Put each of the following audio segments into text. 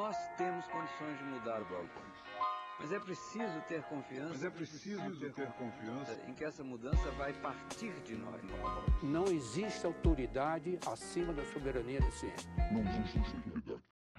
Nós temos condições de mudar o balcão. Mas é preciso ter confiança. Em que essa mudança vai partir de nós. Não existe autoridade acima da soberania da ciência. Não existe autoridade.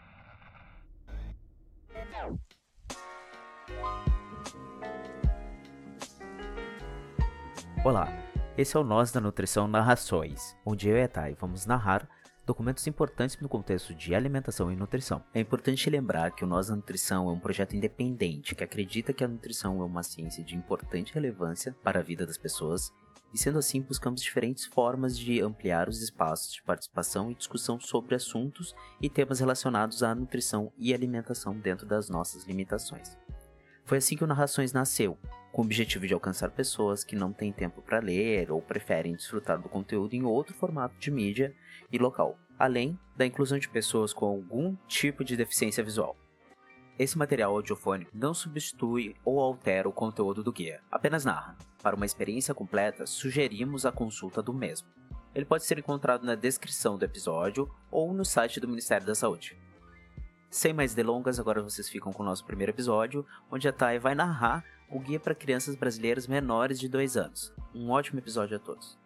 Olá, esse é o Nós da Nutrição Narrações, onde eu e a Thay vamos narrar documentos importantes no contexto de alimentação e nutrição. É importante lembrar que o Nós da Nutrição é um projeto independente que acredita que a nutrição é uma ciência de importante relevância para a vida das pessoas e, sendo assim, buscamos diferentes formas de ampliar os espaços de participação e discussão sobre assuntos e temas relacionados à nutrição e alimentação dentro das nossas limitações. Foi assim que o Narrações nasceu, com o objetivo de alcançar pessoas que não têm tempo para ler ou preferem desfrutar do conteúdo em outro formato de mídia e local, além da inclusão de pessoas com algum tipo de deficiência visual. Esse material audiofônico não substitui ou altera o conteúdo do guia, apenas narra. Para uma experiência completa, sugerimos a consulta do mesmo. Ele pode ser encontrado na descrição do episódio ou no site do Ministério da Saúde. Sem mais delongas, agora vocês ficam com o nosso primeiro episódio, onde a Thay vai narrar o Guia para Crianças Brasileiras Menores de 2 anos. Um ótimo episódio a todos.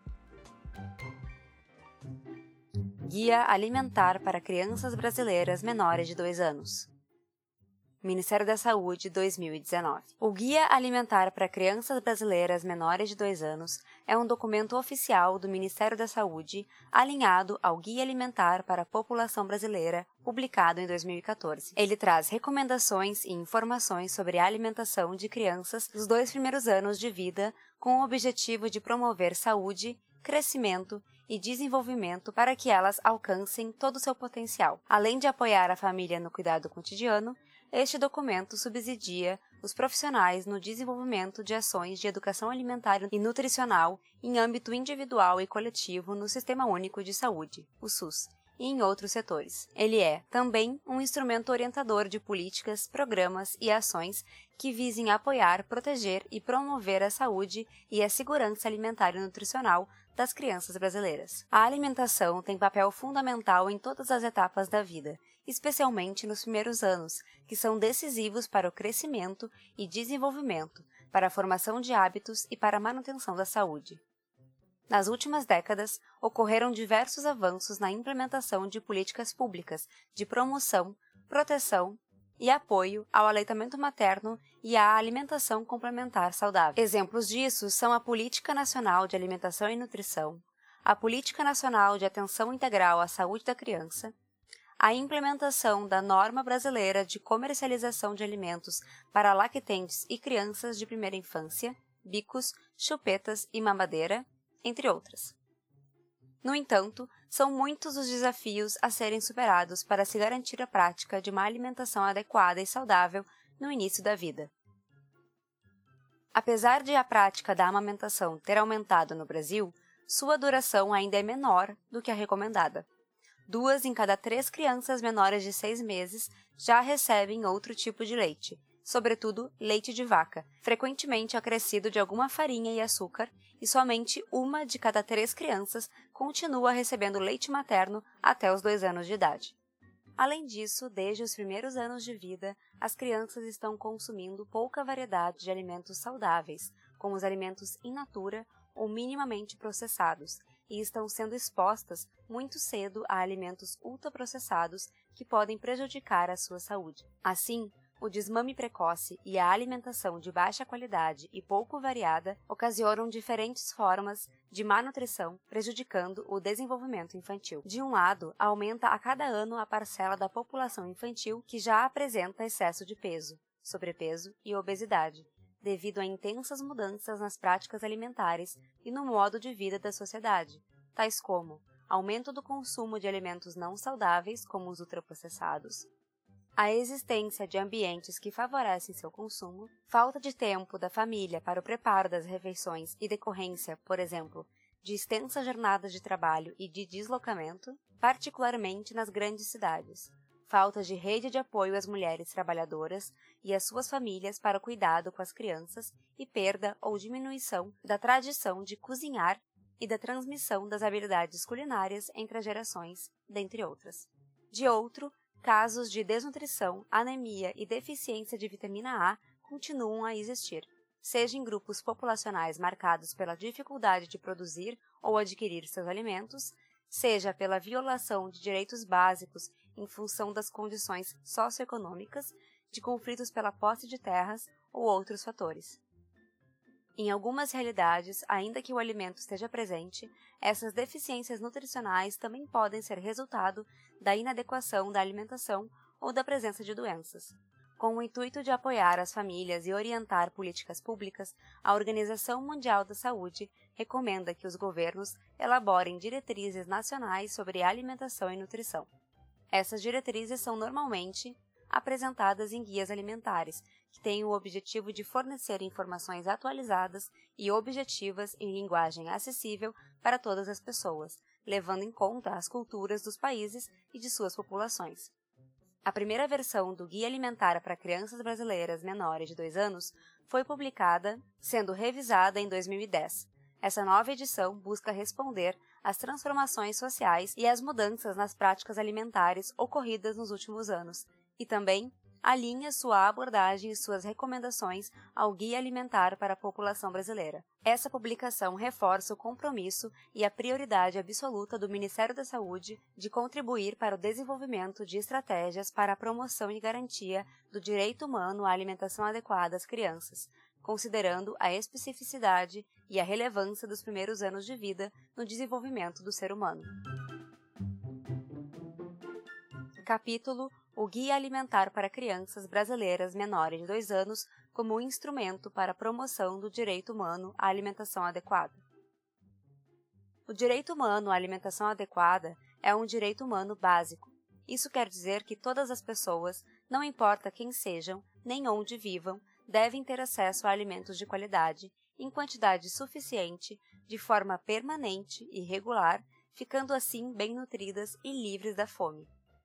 Guia Alimentar para Crianças Brasileiras Menores de 2 anos. Ministério da Saúde, 2019. O Guia Alimentar para Crianças Brasileiras Menores de 2 anos é um documento oficial do Ministério da Saúde alinhado ao Guia Alimentar para a População Brasileira, publicado em 2014. Ele traz recomendações e informações sobre a alimentação de crianças dos 2 primeiros anos de vida, com o objetivo de promover saúde, crescimento e desenvolvimento para que elas alcancem todo o seu potencial. Além de apoiar a família no cuidado cotidiano, este documento subsidia os profissionais no desenvolvimento de ações de educação alimentar e nutricional em âmbito individual e coletivo no Sistema Único de Saúde, o SUS, e em outros setores. Ele é, também, um instrumento orientador de políticas, programas e ações que visem apoiar, proteger e promover a saúde e a segurança alimentar e nutricional das crianças brasileiras. A alimentação tem papel fundamental em todas as etapas da vida, especialmente nos primeiros anos, que são decisivos para o crescimento e desenvolvimento, para a formação de hábitos e para a manutenção da saúde. Nas últimas décadas, ocorreram diversos avanços na implementação de políticas públicas de promoção, proteção e apoio ao aleitamento materno e à alimentação complementar saudável. Exemplos disso são a Política Nacional de Alimentação e Nutrição, a Política Nacional de Atenção Integral à Saúde da Criança, a implementação da Norma Brasileira de Comercialização de Alimentos para Lactentes e Crianças de Primeira Infância, bicos, chupetas e mamadeira, entre outras. No entanto, são muitos os desafios a serem superados para se garantir a prática de uma alimentação adequada e saudável no início da vida. Apesar de a prática da amamentação ter aumentado no Brasil, sua duração ainda é menor do que a recomendada. 2 em cada 3 crianças menores de 6 meses já recebem outro tipo de leite, sobretudo leite de vaca, frequentemente acrescido de alguma farinha e açúcar, e somente 1 de cada 3 crianças continua recebendo leite materno até os 2 anos de idade. Além disso, desde os primeiros anos de vida, as crianças estão consumindo pouca variedade de alimentos saudáveis, como os alimentos in natura ou minimamente processados, e estão sendo expostas muito cedo a alimentos ultraprocessados que podem prejudicar a sua saúde. Assim, o desmame precoce e a alimentação de baixa qualidade e pouco variada ocasionam diferentes formas de má nutrição, prejudicando o desenvolvimento infantil. De um lado, aumenta a cada ano a parcela da população infantil que já apresenta excesso de peso, sobrepeso e obesidade, devido a intensas mudanças nas práticas alimentares e no modo de vida da sociedade, tais como aumento do consumo de alimentos não saudáveis, como os ultraprocessados, a existência de ambientes que favorecem seu consumo, falta de tempo da família para o preparo das refeições e decorrência, por exemplo, de extensas jornadas de trabalho e de deslocamento, particularmente nas grandes cidades, falta de rede de apoio às mulheres trabalhadoras e às suas famílias para o cuidado com as crianças e perda ou diminuição da tradição de cozinhar e da transmissão das habilidades culinárias entre as gerações, dentre outras. De outro, casos de desnutrição, anemia e deficiência de vitamina A continuam a existir, seja em grupos populacionais marcados pela dificuldade de produzir ou adquirir seus alimentos, seja pela violação de direitos básicos em função das condições socioeconômicas, de conflitos pela posse de terras ou outros fatores. Em algumas realidades, ainda que o alimento esteja presente, essas deficiências nutricionais também podem ser resultado da inadequação da alimentação ou da presença de doenças. Com o intuito de apoiar as famílias e orientar políticas públicas, a Organização Mundial da Saúde recomenda que os governos elaborem diretrizes nacionais sobre alimentação e nutrição. Essas diretrizes são normalmente apresentadas em guias alimentares, que têm o objetivo de fornecer informações atualizadas e objetivas em linguagem acessível para todas as pessoas, levando em conta as culturas dos países e de suas populações. A primeira versão do Guia Alimentar para Crianças Brasileiras Menores de 2 anos foi publicada, sendo revisada em 2010. Essa nova edição busca responder às transformações sociais e às mudanças nas práticas alimentares ocorridas nos últimos anos, e também alinha sua abordagem e suas recomendações ao Guia Alimentar para a População Brasileira. Essa publicação reforça o compromisso e a prioridade absoluta do Ministério da Saúde de contribuir para o desenvolvimento de estratégias para a promoção e garantia do direito humano à alimentação adequada às crianças, considerando a especificidade e a relevância dos primeiros anos de vida no desenvolvimento do ser humano. Capítulo: O Guia Alimentar para Crianças Brasileiras Menores de 2 anos como instrumento para a promoção do direito humano à alimentação adequada. O direito humano à alimentação adequada é um direito humano básico. Isso quer dizer que todas as pessoas, não importa quem sejam, nem onde vivam, devem ter acesso a alimentos de qualidade, em quantidade suficiente, de forma permanente e regular, ficando assim bem nutridas e livres da fome.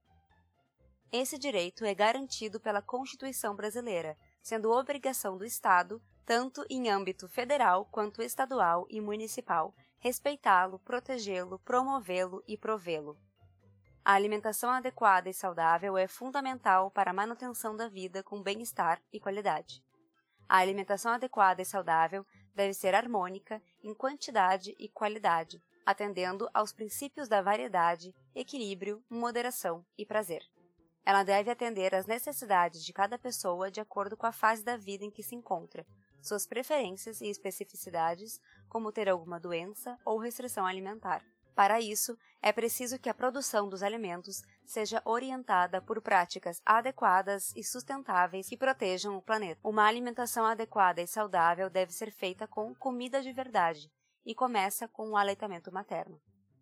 Esse direito é garantido pela Constituição brasileira, sendo obrigação do Estado, tanto em âmbito federal quanto estadual e municipal, respeitá-lo, protegê-lo, promovê-lo e provê-lo. A alimentação adequada e saudável é fundamental para a manutenção da vida com bem-estar e qualidade. A alimentação adequada e saudável deve ser harmônica em quantidade e qualidade, atendendo aos princípios da variedade, equilíbrio, moderação e prazer. Ela deve atender às necessidades de cada pessoa de acordo com a fase da vida em que se encontra, suas preferências e especificidades, como ter alguma doença ou restrição alimentar. Para isso, é preciso que a produção dos alimentos seja orientada por práticas adequadas e sustentáveis que protejam o planeta. Uma alimentação adequada e saudável deve ser feita com comida de verdade e começa com o aleitamento materno.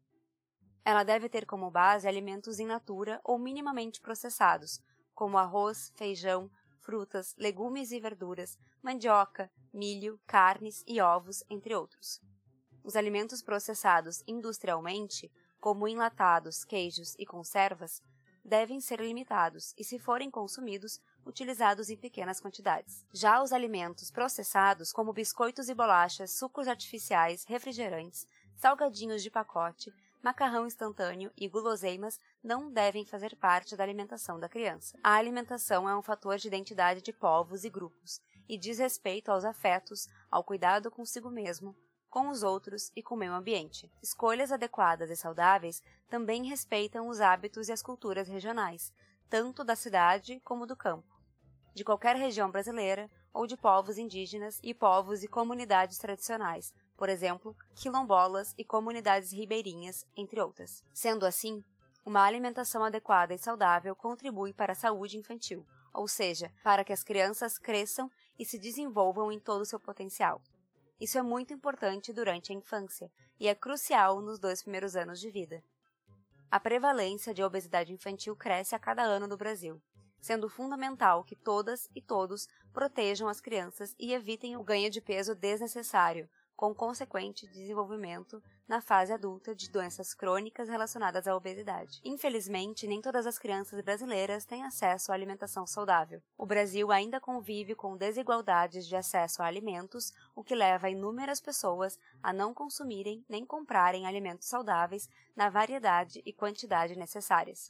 Ela deve ter como base alimentos in natura ou minimamente processados, como arroz, feijão, frutas, legumes e verduras, mandioca, milho, carnes e ovos, entre outros. Os alimentos processados industrialmente, como enlatados, queijos e conservas, devem ser limitados e, se forem consumidos, utilizados em pequenas quantidades. Já os alimentos processados, como biscoitos e bolachas, sucos artificiais, refrigerantes, salgadinhos de pacote, macarrão instantâneo e guloseimas não devem fazer parte da alimentação da criança. A alimentação é um fator de identidade de povos e grupos e diz respeito aos afetos, ao cuidado consigo mesmo, com os outros e com o meio ambiente. Escolhas adequadas e saudáveis também respeitam os hábitos e as culturas regionais, tanto da cidade como do campo, de qualquer região brasileira ou de povos indígenas e povos e comunidades tradicionais, por exemplo, quilombolas e comunidades ribeirinhas, entre outras. Sendo assim, uma alimentação adequada e saudável contribui para a saúde infantil, ou seja, para que as crianças cresçam e se desenvolvam em todo o seu potencial. Isso é muito importante durante a infância e é crucial nos 2 primeiros anos de vida. A prevalência de obesidade infantil cresce a cada ano no Brasil, sendo fundamental que todas e todos protejam as crianças e evitem o ganho de peso desnecessário, com consequente desenvolvimento na fase adulta de doenças crônicas relacionadas à obesidade. Infelizmente, nem todas as crianças brasileiras têm acesso à alimentação saudável. O Brasil ainda convive com desigualdades de acesso a alimentos, o que leva inúmeras pessoas a não consumirem nem comprarem alimentos saudáveis na variedade e quantidade necessárias.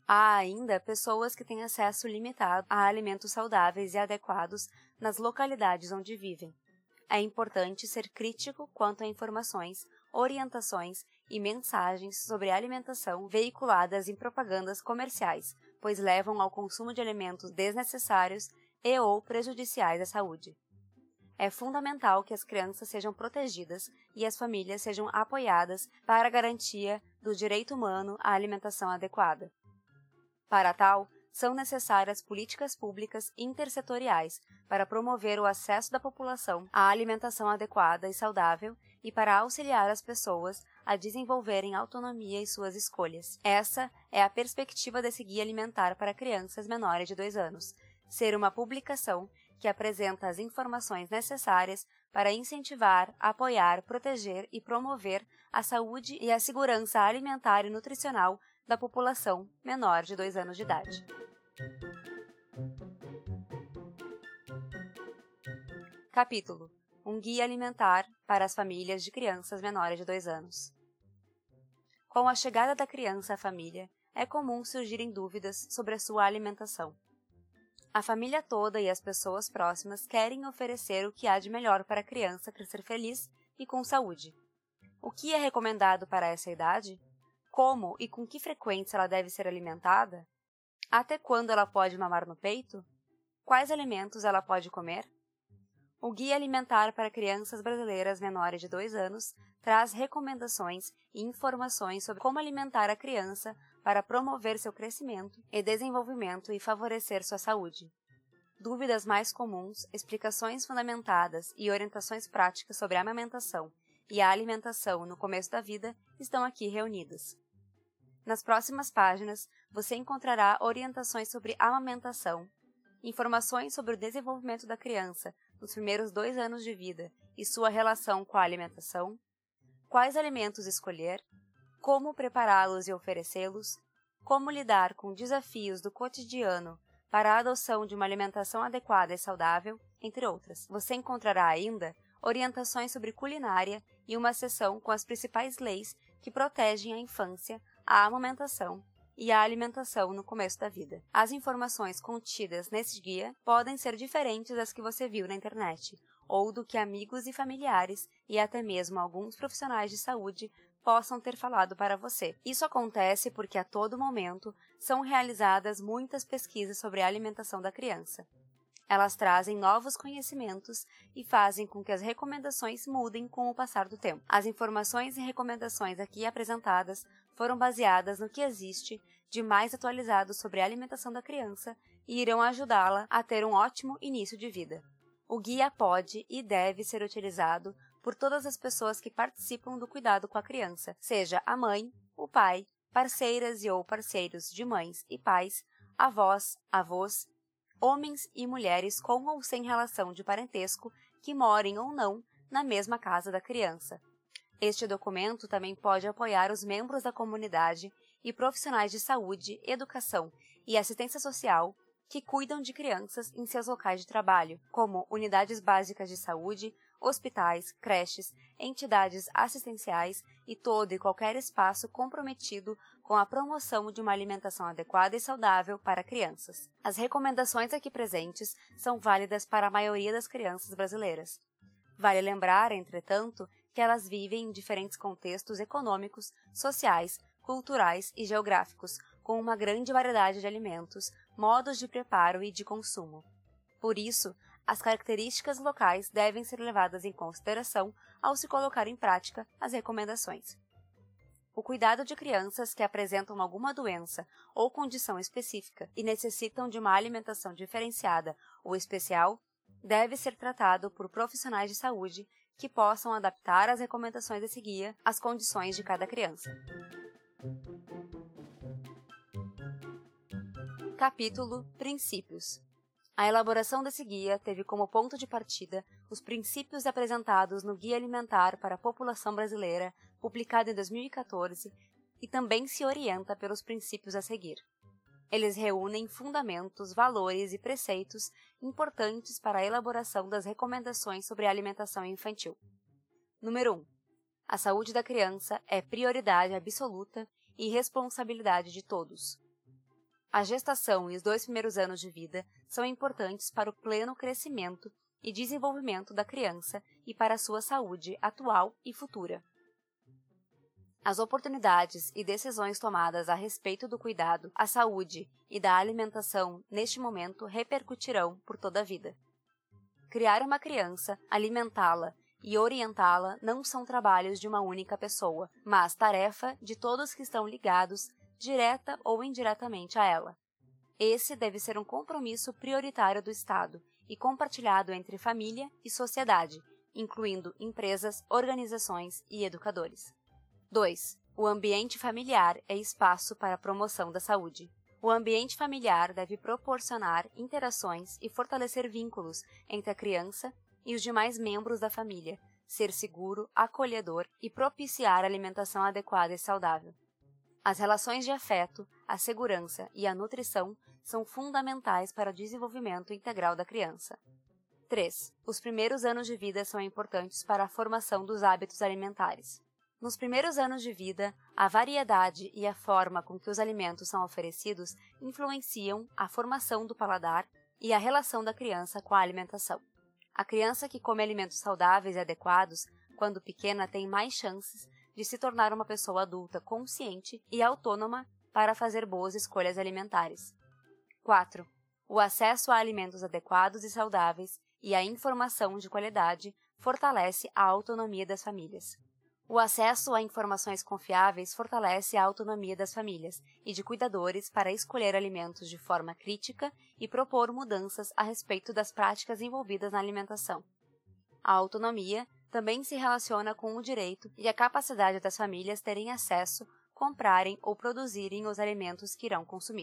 Há ainda pessoas que têm acesso limitado a alimentos saudáveis e adequados nas localidades onde vivem. É importante ser crítico quanto a informações, orientações e mensagens sobre alimentação veiculadas em propagandas comerciais, pois levam ao consumo de alimentos desnecessários e ou prejudiciais à saúde. É fundamental que as crianças sejam protegidas e as famílias sejam apoiadas para a garantia do direito humano à alimentação adequada. Para tal, são necessárias políticas públicas intersetoriais para promover o acesso da população à alimentação adequada e saudável e para auxiliar as pessoas a desenvolverem autonomia em suas escolhas. Essa é a perspectiva desse Guia Alimentar para Crianças Menores de 2 anos, ser uma publicação que apresenta as informações necessárias para incentivar, apoiar, proteger e promover a saúde e a segurança alimentar e nutricional da população menor de 2 anos de idade. Capítulo: Um Guia Alimentar para as Famílias de Crianças Menores de 2 anos. Com a chegada da criança à família, é comum surgirem dúvidas sobre a sua alimentação. A família toda e as pessoas próximas querem oferecer o que há de melhor para a criança crescer feliz e com saúde. O que é recomendado para essa idade? Como e com que frequência ela deve ser alimentada? Até quando ela pode mamar no peito? Quais alimentos ela pode comer? O Guia Alimentar para Crianças Brasileiras Menores de 2 anos traz recomendações e informações sobre como alimentar a criança para promover seu crescimento e desenvolvimento e favorecer sua saúde. Dúvidas mais comuns, explicações fundamentadas e orientações práticas sobre a amamentação e a alimentação no começo da vida estão aqui reunidas. Nas próximas páginas, você encontrará orientações sobre amamentação, informações sobre o desenvolvimento da criança nos primeiros 2 anos de vida e sua relação com a alimentação, quais alimentos escolher, como prepará-los e oferecê-los, como lidar com desafios do cotidiano para a adoção de uma alimentação adequada e saudável, entre outras. Você encontrará ainda orientações sobre culinária e uma seção com as principais leis que protegem a infância, a amamentação e a alimentação no começo da vida. As informações contidas nesse guia podem ser diferentes das que você viu na internet, ou do que amigos e familiares e até mesmo alguns profissionais de saúde possam ter falado para você. Isso acontece porque a todo momento são realizadas muitas pesquisas sobre a alimentação da criança. Elas trazem novos conhecimentos e fazem com que as recomendações mudem com o passar do tempo. As informações e recomendações aqui apresentadas foram baseadas no que existe de mais atualizado sobre a alimentação da criança e irão ajudá-la a ter um ótimo início de vida. O guia pode e deve ser utilizado por todas as pessoas que participam do cuidado com a criança, seja a mãe, o pai, parceiras e ou parceiros de mães e pais, avós, avós, homens e mulheres com ou sem relação de parentesco que morem ou não na mesma casa da criança. Este documento também pode apoiar os membros da comunidade e profissionais de saúde, educação e assistência social que cuidam de crianças em seus locais de trabalho, como unidades básicas de saúde, hospitais, creches, entidades assistenciais e todo e qualquer espaço comprometido com a promoção de uma alimentação adequada e saudável para crianças. As recomendações aqui presentes são válidas para a maioria das crianças brasileiras. Vale lembrar, entretanto, que elas vivem em diferentes contextos econômicos, sociais, culturais e geográficos, com uma grande variedade de alimentos, modos de preparo e de consumo. Por isso, as características locais devem ser levadas em consideração ao se colocar em prática as recomendações. O cuidado de crianças que apresentam alguma doença ou condição específica e necessitam de uma alimentação diferenciada ou especial deve ser tratado por profissionais de saúde que possam adaptar as recomendações desse guia às condições de cada criança. Capítulo Princípios. A elaboração desse guia teve como ponto de partida os princípios apresentados no Guia Alimentar para a População Brasileira, publicado em 2014, e também se orienta pelos princípios a seguir. Eles reúnem fundamentos, valores e preceitos importantes para a elaboração das recomendações sobre a alimentação infantil. Número 1. A saúde da criança é prioridade absoluta e responsabilidade de todos. A gestação e os 2 primeiros anos de vida são importantes para o pleno crescimento e desenvolvimento da criança e para a sua saúde atual e futura. As oportunidades e decisões tomadas a respeito do cuidado à saúde e da alimentação neste momento repercutirão por toda a vida. Criar uma criança, alimentá-la e orientá-la não são trabalhos de uma única pessoa, mas tarefa de todos que estão ligados, direta ou indiretamente a ela. Esse deve ser um compromisso prioritário do Estado e compartilhado entre família e sociedade, incluindo empresas, organizações e educadores. 2. O ambiente familiar é espaço para a promoção da saúde. O ambiente familiar deve proporcionar interações e fortalecer vínculos entre a criança e os demais membros da família, ser seguro, acolhedor e propiciar alimentação adequada e saudável. As relações de afeto, a segurança e a nutrição são fundamentais para o desenvolvimento integral da criança. 3. Os primeiros anos de vida são importantes para a formação dos hábitos alimentares. Nos primeiros anos de vida, a variedade e a forma com que os alimentos são oferecidos influenciam a formação do paladar e a relação da criança com a alimentação. A criança que come alimentos saudáveis e adequados, quando pequena, tem mais chances de se tornar uma pessoa adulta consciente e autônoma para fazer boas escolhas alimentares. 4. O acesso a alimentos adequados e saudáveis e a informação de qualidade fortalece a autonomia das famílias. O acesso a informações confiáveis fortalece a autonomia das famílias e de cuidadores para escolher alimentos de forma crítica e propor mudanças a respeito das práticas envolvidas na alimentação. A autonomia também se relaciona com o direito e a capacidade das famílias terem acesso, comprarem ou produzirem os alimentos que irão consumir.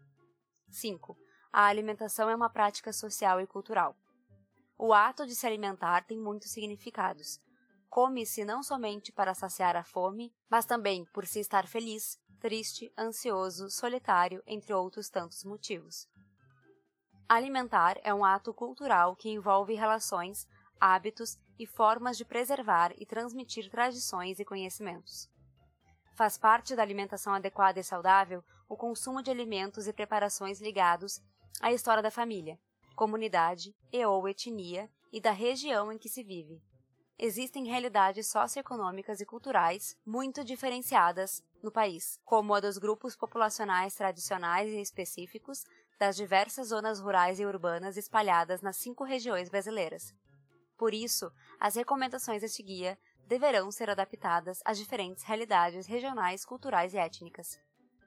5. A alimentação é uma prática social e cultural. O ato de se alimentar tem muitos significados. Come-se não somente para saciar a fome, mas também por se estar feliz, triste, ansioso, solitário, entre outros tantos motivos. Alimentar é um ato cultural que envolve relações, hábitos e formas de preservar e transmitir tradições e conhecimentos. Faz parte da alimentação adequada e saudável o consumo de alimentos e preparações ligados à história da família, comunidade e/ou etnia e da região em que se vive. Existem realidades socioeconômicas e culturais muito diferenciadas no país, como a dos grupos populacionais tradicionais e específicos das diversas zonas rurais e urbanas espalhadas nas 5 regiões brasileiras. Por isso, as recomendações deste guia deverão ser adaptadas às diferentes realidades regionais, culturais e étnicas.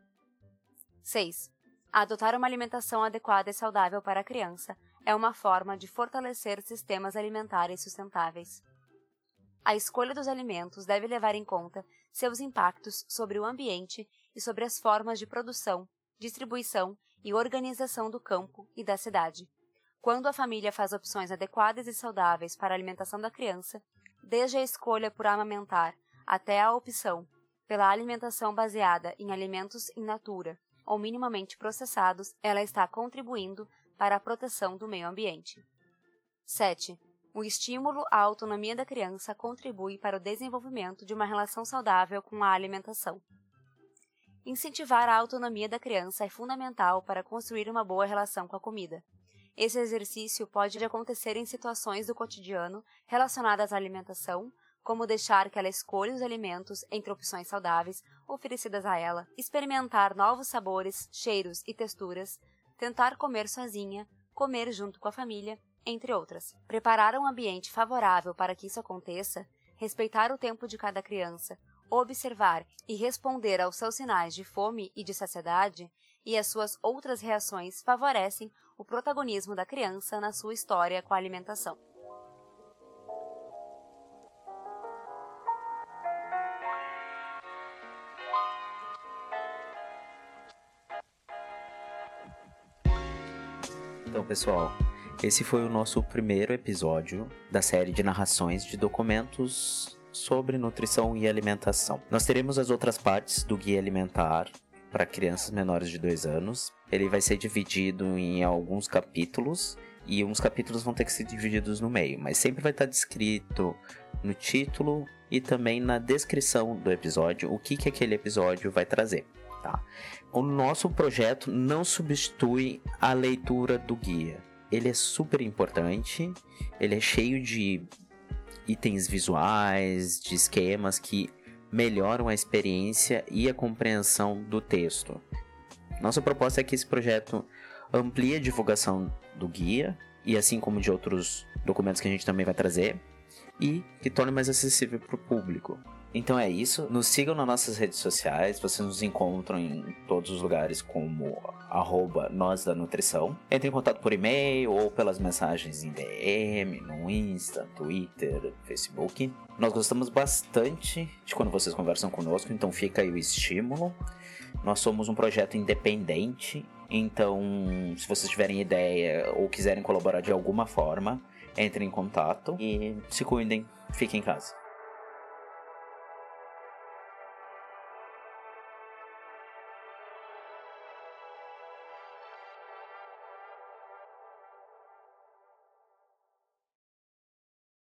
6. Adotar uma alimentação adequada e saudável para a criança é uma forma de fortalecer sistemas alimentares sustentáveis. A escolha dos alimentos deve levar em conta seus impactos sobre o ambiente e sobre as formas de produção, distribuição e organização do campo e da cidade. Quando a família faz opções adequadas e saudáveis para a alimentação da criança, desde a escolha por amamentar até a opção pela alimentação baseada em alimentos in natura ou minimamente processados, ela está contribuindo para a proteção do meio ambiente. 7. O estímulo à autonomia da criança contribui para o desenvolvimento de uma relação saudável com a alimentação. Incentivar a autonomia da criança é fundamental para construir uma boa relação com a comida. Esse exercício pode acontecer em situações do cotidiano relacionadas à alimentação, como deixar que ela escolha os alimentos entre opções saudáveis oferecidas a ela, experimentar novos sabores, cheiros e texturas, tentar comer sozinha, comer junto com a família, entre outras. Preparar um ambiente favorável para que isso aconteça, respeitar o tempo de cada criança, observar e responder aos seus sinais de fome e de saciedade e as suas outras reações favorecem o protagonismo da criança na sua história com a alimentação. Então, pessoal, esse foi o nosso primeiro episódio da série de narrações de documentos sobre nutrição e alimentação. Nós teremos as outras partes do Guia Alimentar para crianças menores de 2 anos. Ele vai ser dividido em alguns capítulos e uns capítulos vão ter que ser divididos no meio, mas sempre vai estar descrito no título e também na descrição do episódio o que aquele episódio vai trazer, tá? O nosso projeto não substitui a leitura do guia. Ele é super importante, ele é cheio de itens visuais, de esquemas que melhoram a experiência e a compreensão do texto. Nossa proposta é que esse projeto amplie a divulgação do guia, e assim como de outros documentos que a gente também vai trazer, e que torne mais acessível para o público. Então é isso, nos sigam nas nossas redes sociais, vocês nos encontram em todos os lugares como @nozdanutrição. Entre em contato por e-mail ou pelas mensagens em DM, no Insta, Twitter, Facebook. Nós gostamos bastante de quando vocês conversam conosco, então fica aí o estímulo. Nós somos um projeto independente, então se vocês tiverem ideia ou quiserem colaborar de alguma forma, entrem em contato e se cuidem, fiquem em casa.